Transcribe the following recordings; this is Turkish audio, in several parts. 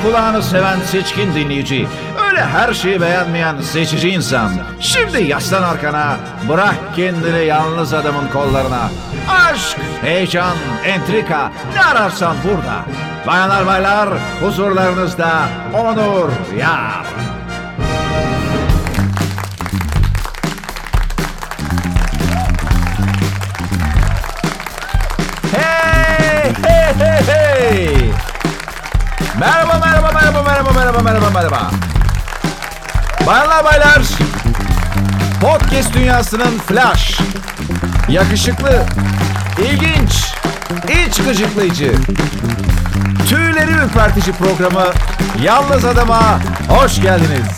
kulağını seven seçkin dinleyici, öyle her şeyi beğenmeyen seçici insan. Şimdi yaslan arkana, bırak kendini yalnız adamın kollarına. Aşk, heyecan, entrika, ne ararsan burada. Bayanlar baylar, huzurlarınızda Onur Yar. Hey, hey, hey, hey. Merhaba. Bayanlar baylar, podcast dünyasının flash, yakışıklı, ilginç, iç gıcıklayıcı, tüyleri ürpertici programı Yalnız Adam'a hoş geldiniz.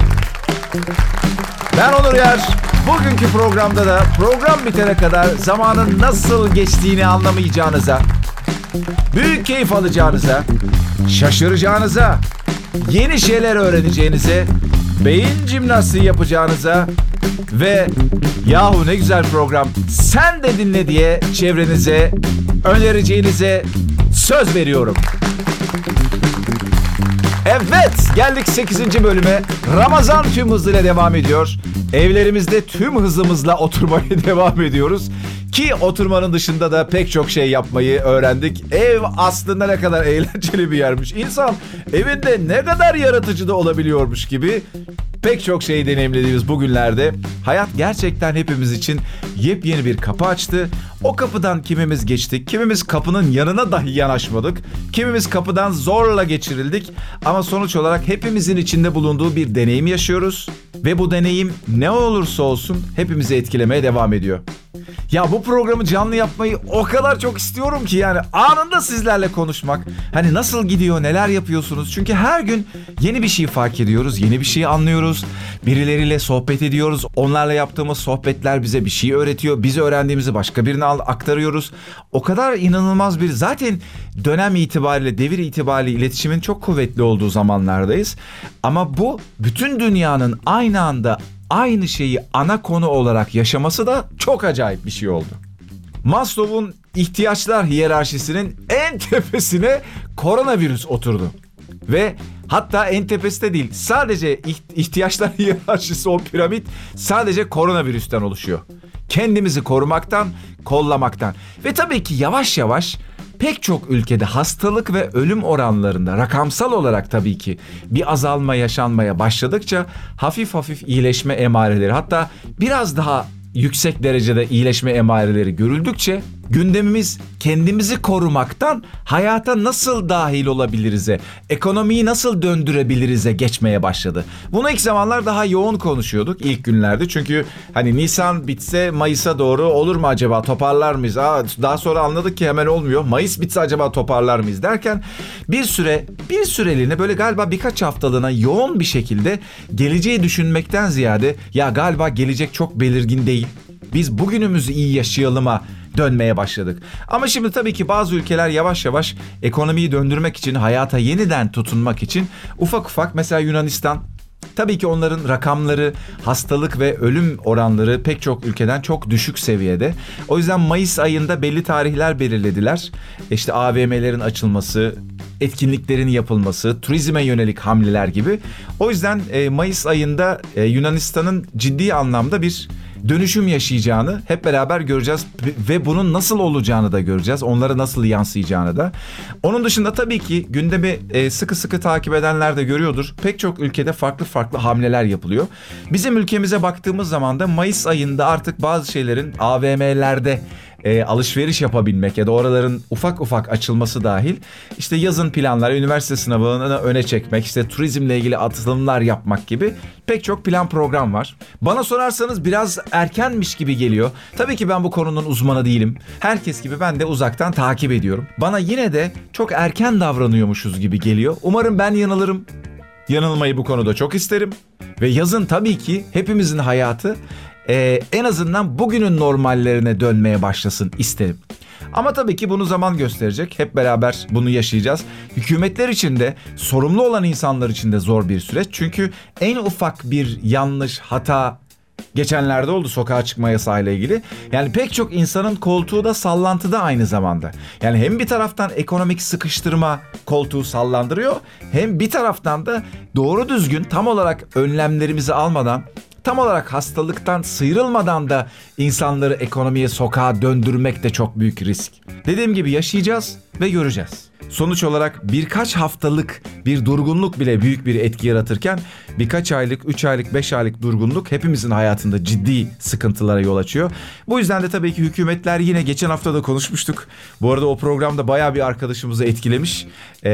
Ben Onur Yar. Bugünkü programda da program bitene kadar zamanın nasıl geçtiğini anlamayacağınıza, büyük keyif alacağınıza, şaşıracağınıza, yeni şeyler öğreneceğinize, beyin jimnastiği yapacağınıza ve yahu ne güzel program sen de dinle diye çevrenize önereceğinize söz veriyorum. Evet, geldik 8. bölüme. Ramazan tüm hızıyla devam ediyor. Evlerimizde tüm hızımızla oturmaya devam ediyoruz. Ki oturmanın dışında da pek çok şey yapmayı öğrendik. Ev aslında ne kadar eğlenceli bir yermiş. İnsan evinde ne kadar yaratıcı da olabiliyormuş gibi pek çok şey deneyimlediğimiz bugünlerde hayat gerçekten hepimiz için yepyeni bir kapı açtı. O kapıdan kimimiz geçtik, kimimiz kapının yanına dahi yanaşmadık, kimimiz kapıdan zorla geçirildik ama sonuç olarak hepimizin içinde bulunduğu bir deneyim yaşıyoruz ve bu deneyim ne olursa olsun hepimizi etkilemeye devam ediyor. Ya bu programı canlı yapmayı o kadar çok istiyorum ki yani anında sizlerle konuşmak. Hani nasıl gidiyor, neler yapıyorsunuz? Çünkü her gün yeni bir şey fark ediyoruz, yeni bir şey anlıyoruz. Birileriyle sohbet ediyoruz. Onlarla yaptığımız sohbetler bize bir şey öğretiyor. Biz öğrendiğimizi başka birine aktarıyoruz. O kadar inanılmaz bir zaten dönem itibariyle, devir itibariyle iletişimin çok kuvvetli olduğu zamanlardayız. Ama bu bütün dünyanın aynı anda aynı şeyi ana konu olarak yaşaması da çok acayip bir şey oldu. Maslow'un ihtiyaçlar hiyerarşisinin en tepesine koronavirüs oturdu. Ve hatta en tepesi de değil, sadece ihtiyaçlar hiyerarşisi, o piramit sadece koronavirüsten oluşuyor. Kendimizi korumaktan, kollamaktan ve tabii ki yavaş yavaş pek çok ülkede hastalık ve ölüm oranlarında rakamsal olarak tabii ki bir azalma yaşanmaya başladıkça hafif hafif iyileşme emareleri, hatta biraz daha yüksek derecede iyileşme emareleri görüldükçe gündemimiz kendimizi korumaktan hayata nasıl dahil olabiliriz'e, ekonomiyi nasıl döndürebiliriz'e geçmeye başladı. Bunu ilk zamanlar daha yoğun konuşuyorduk ilk günlerde. Çünkü hani Nisan bitse Mayıs'a doğru olur mu acaba, toparlar mıyız? Daha sonra anladık ki hemen olmuyor. Mayıs bitse acaba toparlar mıyız derken bir süreliğine böyle galiba birkaç haftalığına yoğun bir şekilde geleceği düşünmekten ziyade ya galiba gelecek çok belirgin değil, biz bugünümüzü iyi yaşayalıma dönmeye başladık. Ama şimdi tabii ki bazı ülkeler yavaş yavaş ekonomiyi döndürmek için, hayata yeniden tutunmak için ufak ufak, mesela Yunanistan, tabii ki onların rakamları, hastalık ve ölüm oranları pek çok ülkeden çok düşük seviyede. O yüzden Mayıs ayında belli tarihler belirlediler. İşte AVM'lerin açılması, etkinliklerin yapılması, turizme yönelik hamleler gibi. O yüzden Mayıs ayında Yunanistan'ın ciddi anlamda bir dönüşüm yaşayacağını hep beraber göreceğiz ve bunun nasıl olacağını da göreceğiz. Onlara nasıl yansıyacağını da. Onun dışında tabii ki gündemi sıkı sıkı takip edenler de görüyordur. Pek çok ülkede farklı farklı hamleler yapılıyor. Bizim ülkemize baktığımız zaman da Mayıs ayında artık bazı şeylerin AVM'lerde alışveriş yapabilmek ya da oraların ufak ufak açılması dahil, işte yazın planlar, üniversite sınavını öne çekmek, işte turizmle ilgili atılımlar yapmak gibi pek çok plan program var. Bana sorarsanız biraz erkenmiş gibi geliyor. Tabii ki ben bu konunun uzmanı değilim. Herkes gibi ben de uzaktan takip ediyorum. Bana yine de çok erken davranıyormuşuz gibi geliyor. Umarım ben yanılırım. Yanılmayı bu konuda çok isterim. Ve yazın tabii ki hepimizin hayatı en azından bugünün normallerine dönmeye başlasın isterim. Ama tabii ki bunu zaman gösterecek. Hep beraber bunu yaşayacağız. Hükümetler için de, sorumlu olan insanlar için de zor bir süreç. Çünkü en ufak bir yanlış, hata Geçenlerde oldu sokağa çıkma yasağıyla ilgili. Yani pek çok insanın koltuğu da sallantıda aynı zamanda. Yani hem bir taraftan ekonomik sıkıştırma koltuğu sallandırıyor, hem bir taraftan da doğru düzgün tam olarak önlemlerimizi almadan, tam olarak hastalıktan sıyrılmadan da insanları ekonomiye, sokağa döndürmek de çok büyük risk. Dediğim gibi yaşayacağız ve göreceğiz. Sonuç olarak birkaç haftalık bir durgunluk bile büyük bir etki yaratırken birkaç aylık, 3 aylık, 5 aylık durgunluk hepimizin hayatında ciddi sıkıntılara yol açıyor. Bu yüzden de tabii ki hükümetler, yine geçen hafta da konuşmuştuk. Bu arada o programda bayağı bir arkadaşımızı etkilemiş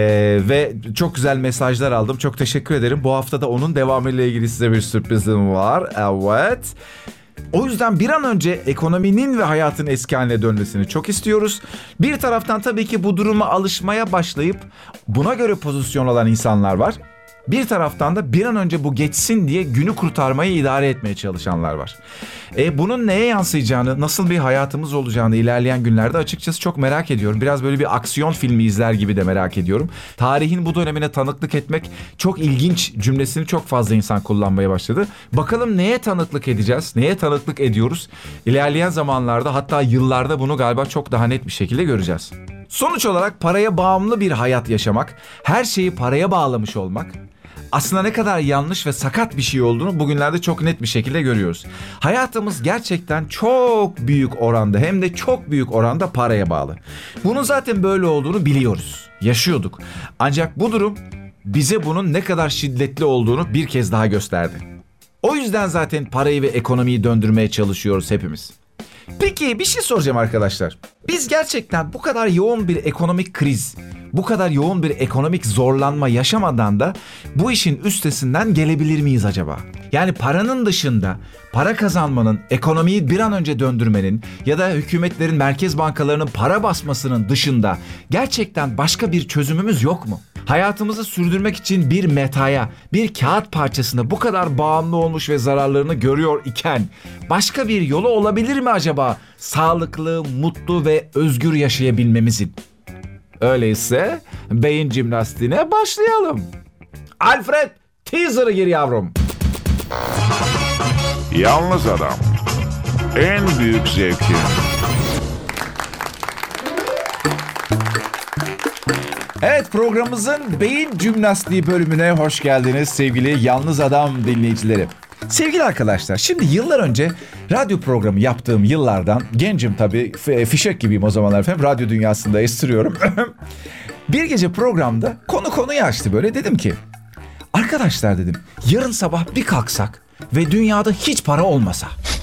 ve çok güzel mesajlar aldım. Çok teşekkür ederim. Bu hafta da onun devamıyla ilgili size bir sürprizim var. Evet. O yüzden bir an önce ekonominin ve hayatın eski haline dönmesini çok istiyoruz. Bir taraftan tabii ki bu duruma alışmaya başlayıp buna göre pozisyon alan insanlar var. Bir taraftan da bir an önce bu geçsin diye günü kurtarmayı idare etmeye çalışanlar var. Bunun neye yansıyacağını, nasıl bir hayatımız olacağını ilerleyen günlerde açıkçası çok merak ediyorum. Biraz böyle bir aksiyon filmi izler gibi de merak ediyorum. Tarihin bu dönemine tanıklık etmek çok ilginç cümlesini çok fazla insan kullanmaya başladı. Bakalım neye tanıklık edeceğiz, neye tanıklık ediyoruz? İlerleyen zamanlarda, hatta yıllarda bunu galiba çok daha net bir şekilde göreceğiz. Sonuç olarak paraya bağımlı bir hayat yaşamak, her şeyi paraya bağlamış olmak aslında ne kadar yanlış ve sakat bir şey olduğunu bugünlerde çok net bir şekilde görüyoruz. Hayatımız gerçekten çok büyük oranda, hem de çok büyük oranda paraya bağlı. Bunun zaten böyle olduğunu biliyoruz, yaşıyorduk. Ancak bu durum bize bunun ne kadar şiddetli olduğunu bir kez daha gösterdi. O yüzden zaten parayı ve ekonomiyi döndürmeye çalışıyoruz hepimiz. Peki bir şey soracağım arkadaşlar. Biz gerçekten bu kadar yoğun bir ekonomik kriz, bu kadar yoğun bir ekonomik zorlanma yaşamadan da bu işin üstesinden gelebilir miyiz acaba? Yani paranın dışında, para kazanmanın, ekonomiyi bir an önce döndürmenin ya da hükümetlerin, merkez bankalarının para basmasının dışında gerçekten başka bir çözümümüz yok mu? Hayatımızı sürdürmek için bir metaya, bir kağıt parçasına bu kadar bağımlı olmuş ve zararlarını görüyor iken başka bir yolu olabilir mi acaba sağlıklı, mutlu ve özgür yaşayabilmemizin? Öyleyse beyin jimnastiğine başlayalım. Alfred, teaser'ı gir yavrum. Yalnız Adam. En büyük zevkim. Evet, programımızın beyin jimnastiği bölümüne hoş geldiniz sevgili Yalnız Adam dinleyicileri. Sevgili arkadaşlar, şimdi yıllar önce radyo programı yaptığım yıllardan, gencim tabii, fişek gibiyim o zamanlar efendim, radyo dünyasında estiriyorum. Bir gece programda konuyu açtı böyle, dedim ki arkadaşlar dedim, yarın sabah bir kalksak ve dünyada hiç para olmasa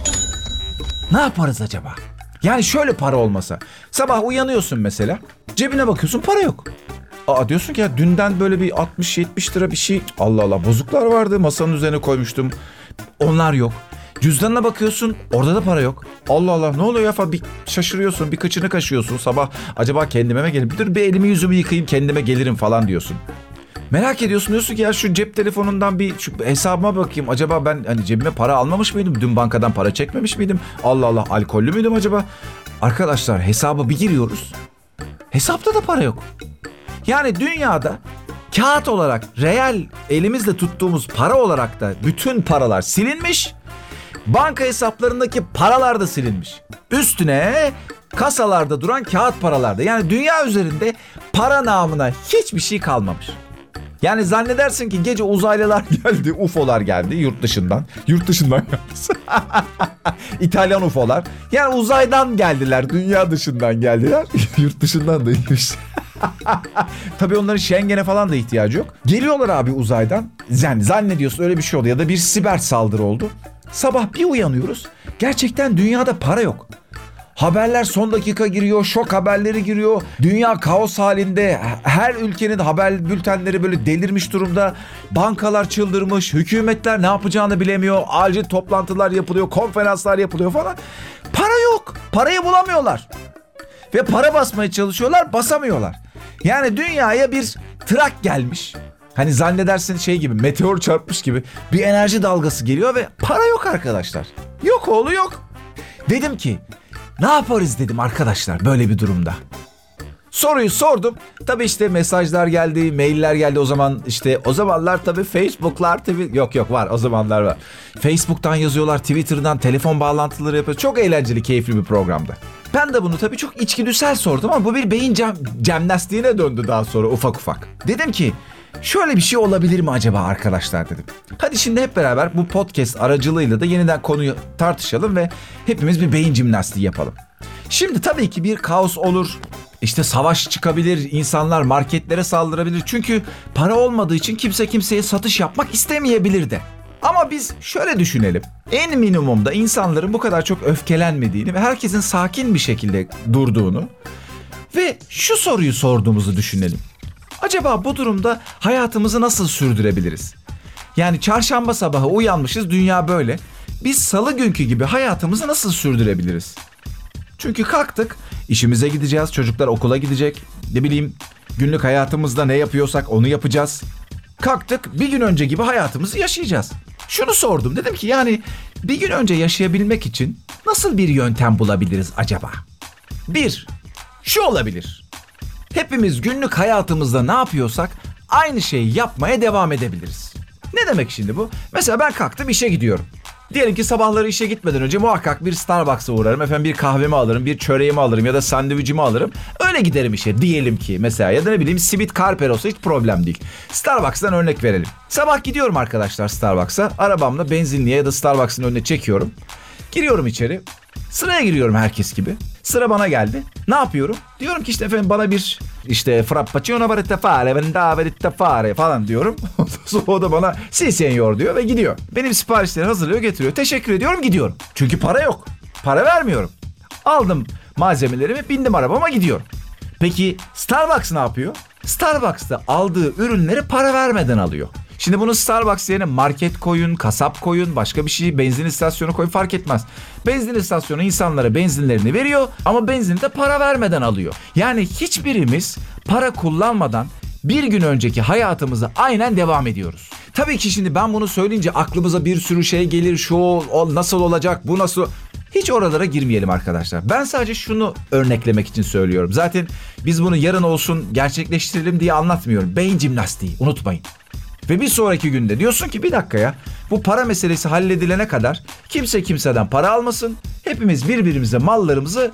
ne yaparız acaba? Yani şöyle para olmasa, sabah uyanıyorsun mesela, cebine bakıyorsun, para yok. Diyorsun ki ya dünden böyle bir 60-70 lira bir şey, Allah Allah, bozuklar vardı, masanın üzerine koymuştum, onlar yok. Cüzdanına bakıyorsun, orada da para yok. Allah Allah, ne oluyor ya falan, bir şaşırıyorsun, bir kıçını kaşıyorsun sabah, acaba kendime mi gelip dur bir elimi yüzümü yıkayayım kendime gelirim falan diyorsun. Merak ediyorsun, diyorsun ki ya şu cep telefonundan bir şu hesabıma bakayım, acaba ben hani cebime para almamış mıydım, dün bankadan para çekmemiş miydim, Allah Allah, alkollü müydüm acaba? Arkadaşlar, hesaba bir giriyoruz, hesapta da para yok. Yani dünyada kağıt olarak, reel elimizde tuttuğumuz para olarak da bütün paralar silinmiş. Banka hesaplarındaki paralar da silinmiş. Üstüne kasalarda duran kağıt paralarda. Yani dünya üzerinde para namına hiçbir şey kalmamış. Yani zannedersin ki gece uzaylılar geldi, UFO'lar geldi yurt dışından. Yurt dışından yalnız. İtalyan UFO'lar. Yani uzaydan geldiler, dünya dışından geldiler. Yurt dışından değilmiş. Tabii onların Schengen'e falan da ihtiyacı yok. Geliyorlar abi uzaydan. Yani zannediyorsun öyle bir şey oldu ya da bir siber saldırı oldu. Sabah bir uyanıyoruz. Gerçekten dünyada para yok. Haberler son dakika giriyor, şok haberleri giriyor. Dünya kaos halinde. Her ülkenin haber bültenleri böyle delirmiş durumda. Bankalar çıldırmış, hükümetler ne yapacağını bilemiyor. Acil toplantılar yapılıyor, konferanslar yapılıyor falan. Para yok. Parayı bulamıyorlar. Ve para basmaya çalışıyorlar, basamıyorlar. Yani dünyaya bir trak gelmiş. Hani zannedersin şey gibi, meteor çarpmış gibi bir enerji dalgası geliyor ve para yok arkadaşlar. Yok oğlu yok. Dedim ki ne yaparız dedim arkadaşlar böyle bir durumda. Soruyu sordum. Tabii işte mesajlar geldi, mailler geldi o zaman. İşte o zamanlar tabii Facebook'lar, yok var, o zamanlar var. Facebook'tan yazıyorlar, Twitter'dan telefon bağlantıları yapıyor. Çok eğlenceli, keyifli bir programdı. Ben de bunu tabii çok içgüdüsel sordum ama bu bir beyin jimnastiğine döndü daha sonra ufak ufak. Dedim ki şöyle bir şey olabilir mi acaba arkadaşlar dedim. Hadi şimdi hep beraber bu podcast aracılığıyla da yeniden konuyu tartışalım ve hepimiz bir beyin jimnastiği yapalım. Şimdi tabii ki bir kaos olur. İşte savaş çıkabilir, insanlar marketlere saldırabilir. Çünkü para olmadığı için kimse kimseye satış yapmak istemeyebilir de. Ama biz şöyle düşünelim. En minimumda insanların bu kadar çok öfkelenmediğini ve herkesin sakin bir şekilde durduğunu ve şu soruyu sorduğumuzu düşünelim. Acaba bu durumda hayatımızı nasıl sürdürebiliriz? Yani çarşamba sabahı uyanmışız, dünya böyle. Biz salı günkü gibi hayatımızı nasıl sürdürebiliriz? Çünkü kalktık, işimize gideceğiz, çocuklar okula gidecek. Ne bileyim, günlük hayatımızda ne yapıyorsak onu yapacağız. Kalktık, bir gün önce gibi hayatımızı yaşayacağız. Şunu sordum, dedim ki yani bir gün önce yaşayabilmek için nasıl bir yöntem bulabiliriz acaba? 1. Şu olabilir. Hepimiz günlük hayatımızda ne yapıyorsak aynı şeyi yapmaya devam edebiliriz. Ne demek şimdi bu? Mesela ben kalktım, işe gidiyorum. Diyelim ki sabahları işe gitmeden önce muhakkak bir Starbucks'a uğrarım. Efendim bir kahvemi alırım, bir çöreğimi alırım ya da sandviçimi alırım. Öyle giderim işe diyelim ki mesela, ya da ne bileyim simit karper olsa hiç problem değil. Starbucks'tan örnek verelim. Sabah gidiyorum arkadaşlar Starbucks'a. Arabamla benzinliğe ya da Starbucks'ın önüne çekiyorum. Giriyorum içeri. Sıraya giriyorum herkes gibi. Sıra bana geldi. Ne yapıyorum? Diyorum ki işte efendim bana bir işte frappuccino barista fare falan diyorum. Sonra o da bana si senyor diyor ve gidiyor. Benim siparişleri hazırlıyor, getiriyor. Teşekkür ediyorum, gidiyorum. Çünkü para yok. Para vermiyorum. Aldım malzemelerimi, bindim arabama, gidiyorum. Peki Starbucks ne yapıyor? Starbucks'ta aldığı ürünleri para vermeden alıyor. Şimdi bunu Starbucks yerine market koyun, kasap koyun, başka bir şey, benzin istasyonu koyun, fark etmez. Benzin istasyonu insanlara benzinlerini veriyor ama benzini de para vermeden alıyor. Yani hiçbirimiz para kullanmadan bir gün önceki hayatımıza aynen devam ediyoruz. Tabii ki şimdi ben bunu söyleyince aklımıza bir sürü şey gelir. Şu o nasıl olacak, bu nasıl... Hiç oralara girmeyelim arkadaşlar. Ben sadece şunu örneklemek için söylüyorum. Zaten biz bunu yarın olsun gerçekleştirelim diye anlatmıyorum. Beyin jimnastiği, unutmayın. Ve bir sonraki günde diyorsun ki bir dakika ya, bu para meselesi halledilene kadar kimse kimseden para almasın. Hepimiz birbirimize mallarımızı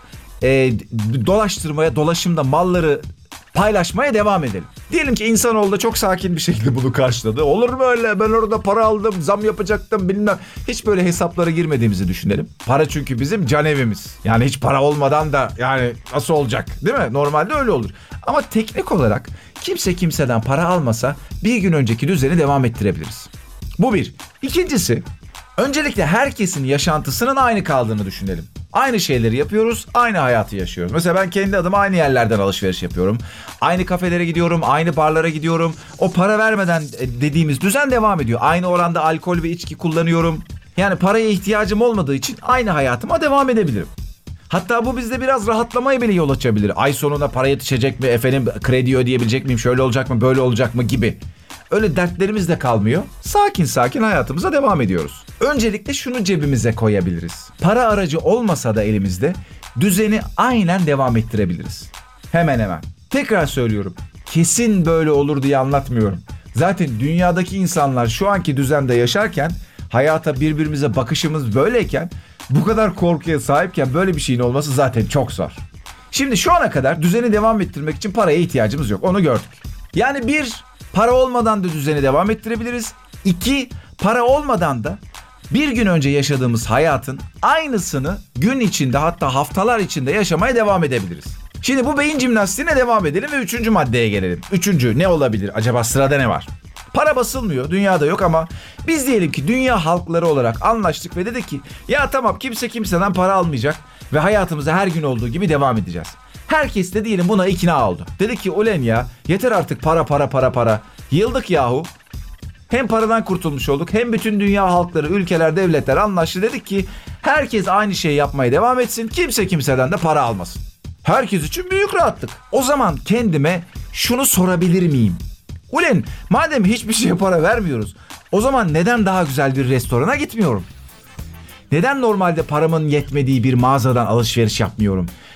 dolaşımda malları paylaşmaya devam edelim. Diyelim ki insanoğlu da çok sakin bir şekilde bunu karşıladı. Olur mu öyle, ben orada para aldım, zam yapacaktım bilmem. Hiç böyle hesaplara girmediğimizi düşünelim. Para çünkü bizim can evimiz. Yani hiç para olmadan da yani nasıl olacak, değil mi? Normalde öyle olur. Ama teknik olarak kimse kimseden para almasa bir gün önceki düzeni devam ettirebiliriz. Bu bir. İkincisi, öncelikle herkesin yaşantısının aynı kaldığını düşünelim. Aynı şeyleri yapıyoruz, aynı hayatı yaşıyoruz. Mesela ben kendi adıma aynı yerlerden alışveriş yapıyorum. Aynı kafelere gidiyorum, aynı barlara gidiyorum. O para vermeden dediğimiz düzen devam ediyor. Aynı oranda alkol ve içki kullanıyorum. Yani paraya ihtiyacım olmadığı için aynı hayatıma devam edebilirim. Hatta bu bizde biraz rahatlamaya bile yol açabilir. Ay sonuna para yetişecek mi, efendim kredi ödeyebilecek miyim, şöyle olacak mı, böyle olacak mı gibi. Öyle dertlerimiz de kalmıyor. Sakin sakin hayatımıza devam ediyoruz. Öncelikle şunu cebimize koyabiliriz. Para aracı olmasa da elimizde düzeni aynen devam ettirebiliriz. Hemen hemen. Tekrar söylüyorum. Kesin böyle olur diye anlatmıyorum. Zaten dünyadaki insanlar şu anki düzende yaşarken, hayata birbirimize bakışımız böyleyken, bu kadar korkuya sahipken böyle bir şeyin olması zaten çok zor. Şimdi şu ana kadar düzeni devam ettirmek için paraya ihtiyacımız yok. Onu gördük. Yani bir, para olmadan da düzeni devam ettirebiliriz. 2, para olmadan da bir gün önce yaşadığımız hayatın aynısını gün içinde, hatta haftalar içinde yaşamaya devam edebiliriz. Şimdi bu beyin jimnastiğine devam edelim ve 3. maddeye gelelim. 3. ne olabilir? Acaba sırada ne var? Para basılmıyor, dünyada yok ama biz diyelim ki dünya halkları olarak anlaştık ve dedik ki ya tamam, kimse kimseden para almayacak ve hayatımıza her gün olduğu gibi devam edeceğiz. Herkes de diyelim buna ikna oldu. Dedi ki ulen ya, yeter artık para. Yıldık yahu. Hem paradan kurtulmuş olduk, hem bütün dünya halkları, ülkeler, devletler anlaştı. Dedik ki herkes aynı şeyi yapmaya devam etsin. Kimse kimseden de para almasın. Herkes için büyük rahatlık. O zaman kendime şunu sorabilir miyim? Ulen madem hiçbir şeye para vermiyoruz, o zaman neden daha güzel bir restorana gitmiyorum? Neden normalde paramın yetmediği bir mağazadan alışveriş yapmıyorum?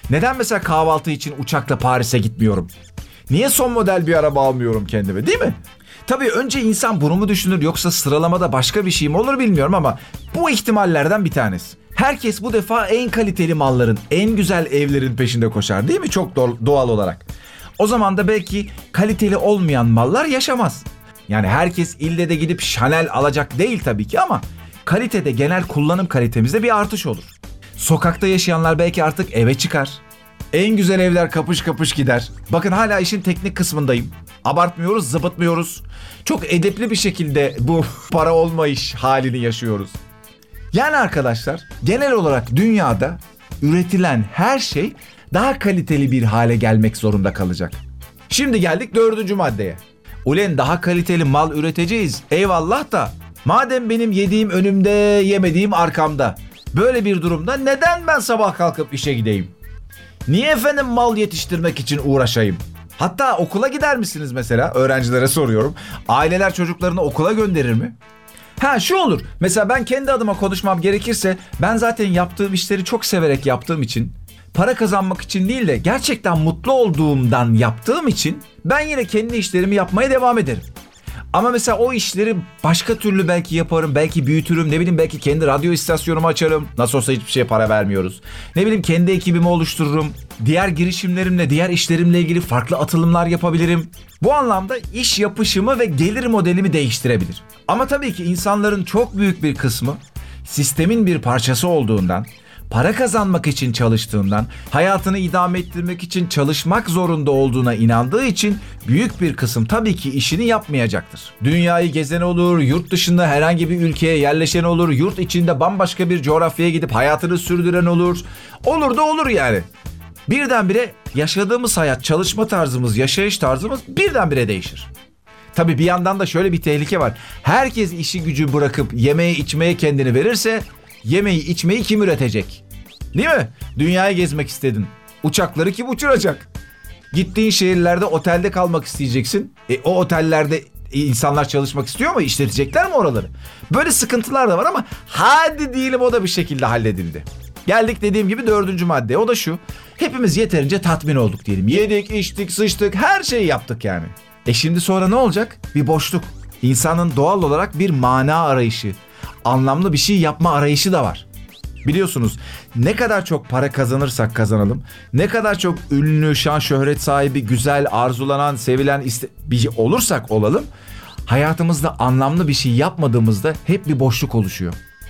Neden mesela kahvaltı için uçakla Paris'e gitmiyorum? Niye son model bir araba almıyorum kendime, değil mi? Tabii önce insan bunu mu düşünür yoksa sıralamada başka bir şey mi olur bilmiyorum ama bu ihtimallerden bir tanesi. Herkes bu defa en kaliteli malların, en güzel evlerin peşinde koşar, değil mi? Çok doğal olarak. O zaman da belki kaliteli olmayan mallar yaşamaz. Yani herkes ille de gidip Chanel alacak değil tabii ki ama kalitede, genel kullanım kalitemizde bir artış olur. Sokakta yaşayanlar belki artık eve çıkar. En güzel evler kapış kapış gider. Bakın hala işin teknik kısmındayım. Abartmıyoruz, zıbıtmıyoruz. Çok edepli bir şekilde bu para olmayış halini yaşıyoruz. Yani arkadaşlar, genel olarak dünyada üretilen her şey daha kaliteli bir hale gelmek zorunda kalacak. Şimdi geldik 4. maddeye. Ulen daha kaliteli mal üreteceğiz. Eyvallah da madem benim yediğim önümde, yemediğim arkamda. Böyle bir durumda neden ben sabah kalkıp işe gideyim? Niye efendim mal yetiştirmek için uğraşayım? Hatta okula gider misiniz mesela? Öğrencilere soruyorum. Aileler çocuklarını okula gönderir mi? Şu olur. Mesela ben kendi adıma konuşmam gerekirse ben zaten yaptığım işleri çok severek yaptığım için, para kazanmak için değil de gerçekten mutlu olduğumdan yaptığım için ben yine kendi işlerimi yapmaya devam ederim. Ama mesela o işleri başka türlü belki yaparım, belki büyütürüm, ne bileyim belki kendi radyo istasyonumu açarım. Nasıl olsa hiçbir şeye para vermiyoruz. Ne bileyim kendi ekibimi oluştururum. Diğer girişimlerimle, diğer işlerimle ilgili farklı atılımlar yapabilirim. Bu anlamda iş yapışımı ve gelir modelimi değiştirebilir. Ama tabii ki insanların çok büyük bir kısmı sistemin bir parçası olduğundan, para kazanmak için çalıştığından, hayatını idame ettirmek için çalışmak zorunda olduğuna inandığı için büyük bir kısım tabii ki işini yapmayacaktır. Dünyayı gezen olur, yurt dışında herhangi bir ülkeye yerleşen olur, yurt içinde bambaşka bir coğrafyaya gidip hayatını sürdüren olur. Olur da olur yani. Birdenbire yaşadığımız hayat, çalışma tarzımız, yaşayış tarzımız birdenbire değişir. Tabii bir yandan da şöyle bir tehlike var. Herkes işi gücü bırakıp yemeğe içmeye kendini verirse yemeği içmeyi kim üretecek? Değil mi? Dünyayı gezmek istedin. Uçakları kim uçuracak? Gittiğin şehirlerde otelde kalmak isteyeceksin. O otellerde insanlar çalışmak istiyor mu? İşletecekler mi oraları? Böyle sıkıntılar da var ama hadi diyelim o da bir şekilde halledildi. Geldik dediğim gibi 4. maddeye. O da şu. Hepimiz yeterince tatmin olduk diyelim. Yedik, içtik, sıçtık, her şeyi yaptık yani. Şimdi sonra ne olacak? Bir boşluk. İnsanın doğal olarak bir mana arayışı, anlamlı bir şey yapma arayışı da var. Biliyorsunuz ne kadar çok para kazanırsak kazanalım, ne kadar çok ünlü, şan, şöhret sahibi, güzel, arzulanan, sevilen bir olursak olalım, hayatımızda anlamlı bir şey yapmadığımızda hep bir boşluk oluşuyor.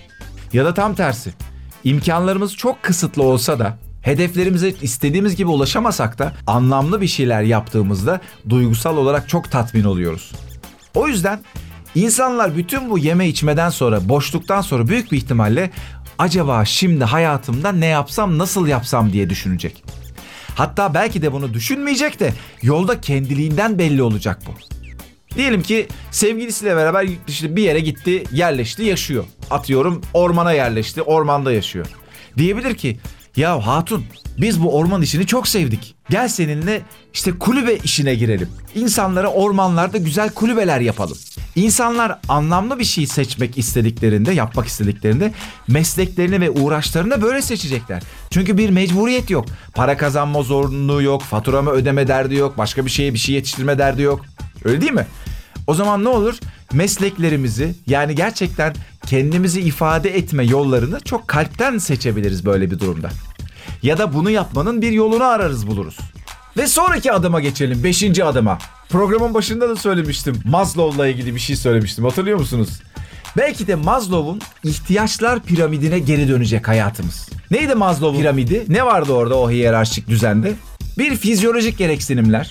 Ya da tam tersi, imkanlarımız çok kısıtlı olsa da, hedeflerimize istediğimiz gibi ulaşamasak da anlamlı bir şeyler yaptığımızda duygusal olarak çok tatmin oluyoruz. O yüzden insanlar bütün bu yeme içmeden sonra, boşluktan sonra büyük bir ihtimalle acaba şimdi hayatımda ne yapsam, nasıl yapsam diye düşünecek. Hatta belki de bunu düşünmeyecek de yolda kendiliğinden belli olacak bu. Diyelim ki sevgilisiyle beraber işte bir yere gitti, yerleşti, yaşıyor. Atıyorum ormana yerleşti, ormanda yaşıyor. Diyebilir ki ya hatun biz bu orman işini çok sevdik. Gel seninle işte kulübe işine girelim. İnsanlara ormanlarda güzel kulübeler yapalım. İnsanlar anlamlı bir şey seçmek istediklerinde, yapmak istediklerinde mesleklerini ve uğraşlarını böyle seçecekler. Çünkü bir mecburiyet yok. Para kazanma zorunluluğu yok, faturamı ödeme derdi yok, başka bir şeye bir şey yetiştirme derdi yok. Öyle değil mi? O zaman ne olur? Mesleklerimizi, yani gerçekten kendimizi ifade etme yollarını çok kalpten seçebiliriz böyle bir durumda. Ya da bunu yapmanın bir yolunu ararız, buluruz. Ve sonraki adıma geçelim, 5. adıma. Programın başında da söylemiştim. Maslow'la ilgili bir şey söylemiştim, hatırlıyor musunuz? Belki de Maslow'un ihtiyaçlar piramidine geri dönecek hayatımız. Neydi Maslow'un piramidi? Ne vardı orada o hiyerarşik düzende? 1. Fizyolojik gereksinimler.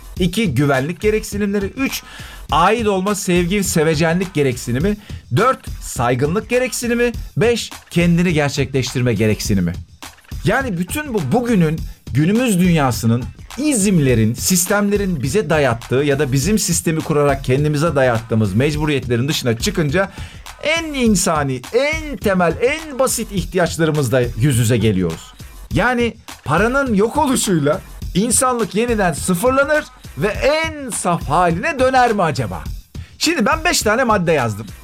2. Güvenlik gereksinimleri. 3. Ait olma, sevgi, sevecenlik gereksinimi. 4. Saygınlık gereksinimi. 5. Kendini gerçekleştirme gereksinimi. Yani bütün bu bugünün, günümüz dünyasının, izimlerin, sistemlerin bize dayattığı ya da bizim sistemi kurarak kendimize dayattığımız mecburiyetlerin dışına çıkınca en insani, en temel, en basit ihtiyaçlarımızla yüz yüze geliyoruz. Yani paranın yok oluşuyla insanlık yeniden sıfırlanır ve en saf haline döner mi acaba? Şimdi ben 5 tane madde yazdım.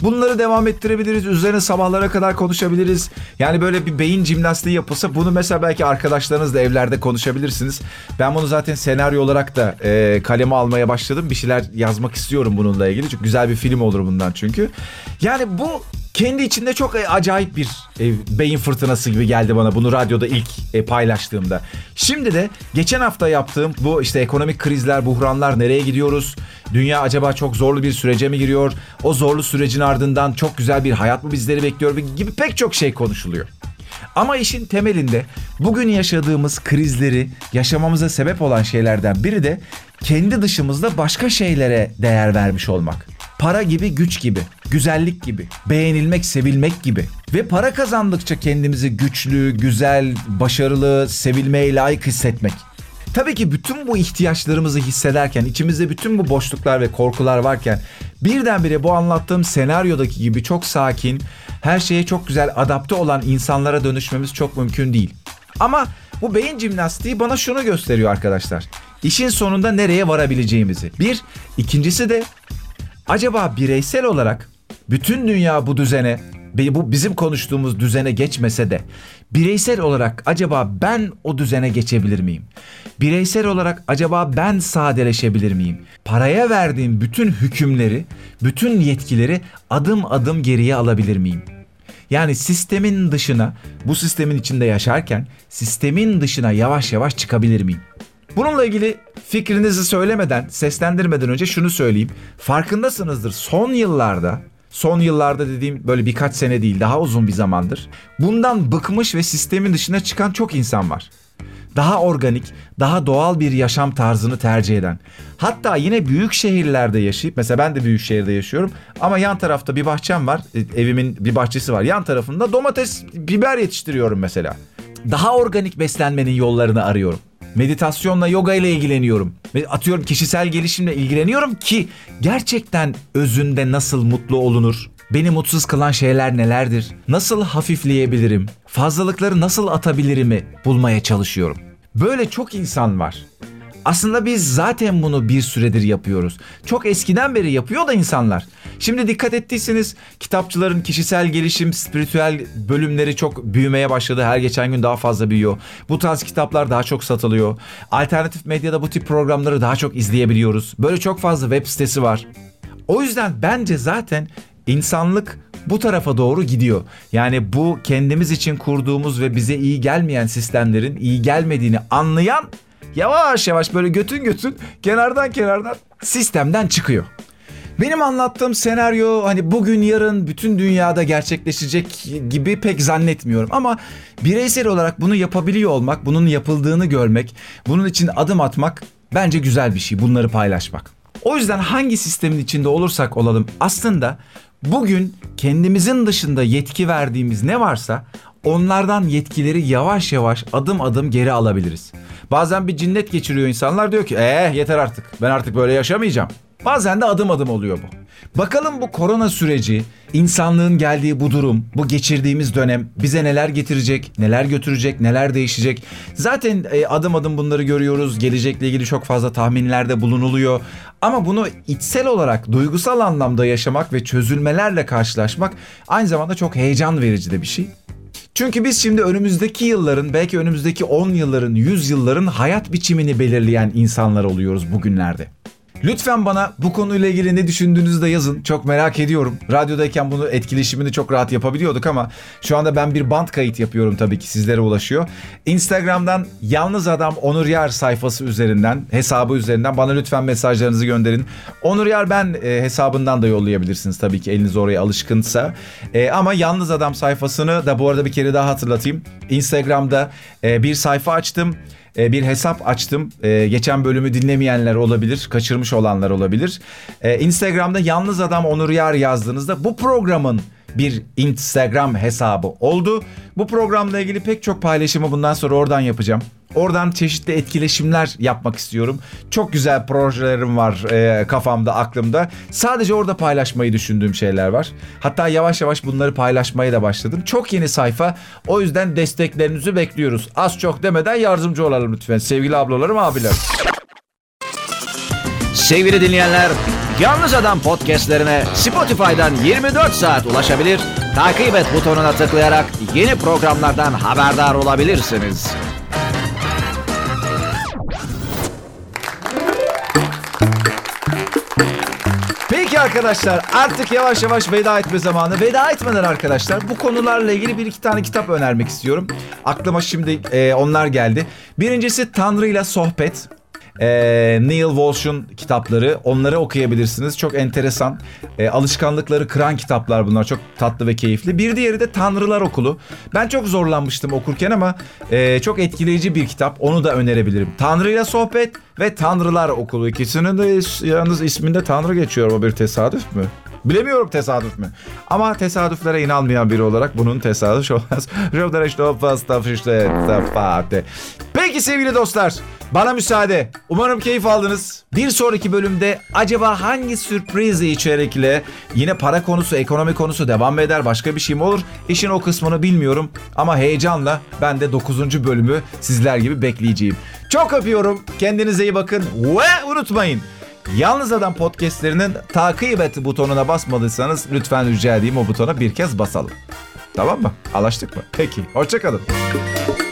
Bunları devam ettirebiliriz. Üzerine sabahlara kadar konuşabiliriz. Yani böyle bir beyin jimnastiği yapılsa bunu mesela belki arkadaşlarınızla evlerde konuşabilirsiniz. Ben bunu zaten senaryo olarak da kaleme almaya başladım. Bir şeyler yazmak istiyorum bununla ilgili. Çok güzel bir film olur bundan çünkü. Yani bu kendi içinde çok acayip bir beyin fırtınası gibi geldi bana bunu radyoda ilk paylaştığımda. Şimdi de geçen hafta yaptığım bu işte ekonomik krizler, buhranlar, nereye gidiyoruz? Dünya acaba çok zorlu bir sürece mi giriyor? O zorlu sürecin ardından çok güzel bir hayat mı bizleri bekliyor gibi pek çok şey konuşuluyor. Ama işin temelinde bugün yaşadığımız krizleri yaşamamıza sebep olan şeylerden biri de kendi dışımızda başka şeylere değer vermiş olmak. Para gibi, güç gibi, güzellik gibi, beğenilmek, sevilmek gibi. Ve para kazandıkça kendimizi güçlü, güzel, başarılı, sevilmeye layık hissetmek. Tabii ki bütün bu ihtiyaçlarımızı hissederken, içimizde bütün bu boşluklar ve korkular varken birdenbire bu anlattığım senaryodaki gibi çok sakin, her şeye çok güzel adapte olan insanlara dönüşmemiz çok mümkün değil. Ama bu beyin jimnastiği bana şunu gösteriyor arkadaşlar. İşin sonunda nereye varabileceğimizi. İkincisi de acaba bireysel olarak bütün dünya bu düzene, bu bizim konuştuğumuz düzene geçmese de bireysel olarak acaba ben o düzene geçebilir miyim? Bireysel olarak acaba ben sadeleşebilir miyim? Paraya verdiğim bütün hükümleri, bütün yetkileri adım adım geriye alabilir miyim? Yani sistemin dışına, bu sistemin içinde yaşarken sistemin dışına yavaş yavaş çıkabilir miyim? Bununla ilgili fikrinizi söylemeden, seslendirmeden önce şunu söyleyeyim. Farkındasınızdır son yıllarda dediğim böyle birkaç sene değil, daha uzun bir zamandır bundan bıkmış ve sistemin dışına çıkan çok insan var. Daha organik, daha doğal bir yaşam tarzını tercih eden. Hatta yine büyük şehirlerde yaşayıp, mesela ben de büyük şehirde yaşıyorum ama yan tarafta bir bahçem var, evimin bir bahçesi var. Yan tarafında domates, biber yetiştiriyorum mesela. Daha organik beslenmenin yollarını arıyorum. Meditasyonla, yoga ile ilgileniyorum. Atıyorum kişisel gelişimle ilgileniyorum ki gerçekten özünde nasıl mutlu olunur? Beni mutsuz kılan şeyler nelerdir? Nasıl hafifleyebilirim? Fazlalıkları nasıl atabilirim'i bulmaya çalışıyorum. Böyle çok insan var. Aslında biz zaten bunu bir süredir yapıyoruz. Çok eskiden beri yapıyor da insanlar. Şimdi dikkat ettiyseniz kitapçıların kişisel gelişim, spiritüel bölümleri çok büyümeye başladı. Her geçen gün daha fazla büyüyor. Bu tarz kitaplar daha çok satılıyor. Alternatif medyada bu tip programları daha çok izleyebiliyoruz. Böyle çok fazla web sitesi var. O yüzden bence zaten insanlık bu tarafa doğru gidiyor. Yani bu kendimiz için kurduğumuz ve bize iyi gelmeyen sistemlerin iyi gelmediğini anlayan yavaş yavaş böyle götün kenardan sistemden çıkıyor. Benim anlattığım senaryo hani bugün yarın bütün dünyada gerçekleşecek gibi pek zannetmiyorum. Ama bireysel olarak bunu yapabiliyor olmak, bunun yapıldığını görmek, bunun için adım atmak bence güzel bir şey, bunları paylaşmak. O yüzden hangi sistemin içinde olursak olalım aslında bugün kendimizin dışında yetki verdiğimiz ne varsa onlardan yetkileri yavaş yavaş adım adım geri alabiliriz. Bazen bir cinnet geçiriyor insanlar, diyor ki yeter artık, ben artık böyle yaşamayacağım. Bazen de adım adım oluyor bu. Bakalım bu korona süreci, insanlığın geldiği bu durum, bu geçirdiğimiz dönem bize neler getirecek, neler götürecek, neler değişecek. Zaten adım adım bunları görüyoruz. Gelecekle ilgili çok fazla tahminlerde bulunuluyor. Ama bunu içsel olarak, duygusal anlamda yaşamak ve çözülmelerle karşılaşmak aynı zamanda çok heyecan verici de bir şey. Çünkü biz şimdi önümüzdeki yılların, belki önümüzdeki 10 yılların, 100 yılların hayat biçimini belirleyen insanlar oluyoruz bugünlerde. Lütfen bana bu konuyla ilgili ne düşündüğünüzü de yazın. Çok merak ediyorum. Radyodayken bunu etkileşimini çok rahat yapabiliyorduk ama şu anda ben bir band kayıt yapıyorum, tabii ki sizlere ulaşıyor. Instagram'dan Yalnız Adam Onur Yar sayfası üzerinden, hesabı üzerinden bana lütfen mesajlarınızı gönderin. Onur Yar ben hesabından da yollayabilirsiniz tabii ki, eliniz oraya alışkınsa. Ama Yalnız Adam sayfasını da bu arada bir kere daha hatırlatayım. Instagram'da bir sayfa açtım. Bir hesap açtım. Geçen bölümü dinlemeyenler olabilir, kaçırmış olanlar olabilir. Instagram'da Yalnız Adam Onur Yar yazdığınızda bu programın bir Instagram hesabı oldu. Bu programla ilgili pek çok paylaşımı bundan sonra oradan yapacağım. Oradan çeşitli etkileşimler yapmak istiyorum. Çok güzel projelerim var kafamda, aklımda. Sadece orada paylaşmayı düşündüğüm şeyler var. Hatta yavaş yavaş bunları paylaşmaya da başladım. Çok yeni sayfa. O yüzden desteklerinizi bekliyoruz. Az çok demeden yardımcı olalım lütfen sevgili ablalarım, abilerim. Sevgili dinleyenler, Yalnız Adam podcastlerine Spotify'dan 24 saat ulaşabilir, takip et butonuna tıklayarak yeni programlardan haberdar olabilirsiniz. Peki arkadaşlar, artık yavaş yavaş veda etme zamanı. Veda etmeden arkadaşlar, bu konularla ilgili bir iki tane kitap önermek istiyorum. Aklıma şimdi onlar geldi. Birincisi Tanrı'yla Sohbet. Neil Walsh'un kitapları, onları okuyabilirsiniz. Çok enteresan, alışkanlıkları kıran kitaplar bunlar. Çok tatlı ve keyifli. Bir diğeri de Tanrılar Okulu. Ben çok zorlanmıştım okurken ama çok etkileyici bir kitap. Onu da önerebilirim. Tanrı'yla Sohbet ve Tanrılar Okulu. İkisinin de yalnız isminde Tanrı geçiyor. O bir tesadüf mü? Bilemiyorum, tesadüf mü? Ama tesadüflere inanmayan biri olarak bunun tesadüf olmaz. Peki sevgili dostlar, bana müsaade. Umarım keyif aldınız. Bir sonraki bölümde acaba hangi sürpriz içerikle, yine para konusu, ekonomi konusu devam mı eder, başka bir şey mi olur? İşin o kısmını bilmiyorum ama heyecanla ben de 9. bölümü sizler gibi bekleyeceğim. Çok öpüyorum. Kendinize iyi bakın ve unutmayın. Yalnız Adam podcastlerinin takip et butonuna basmadıysanız lütfen rica edeyim, o butona bir kez basalım. Tamam mı? Anlaştık mı? Peki. Hoşça kalın.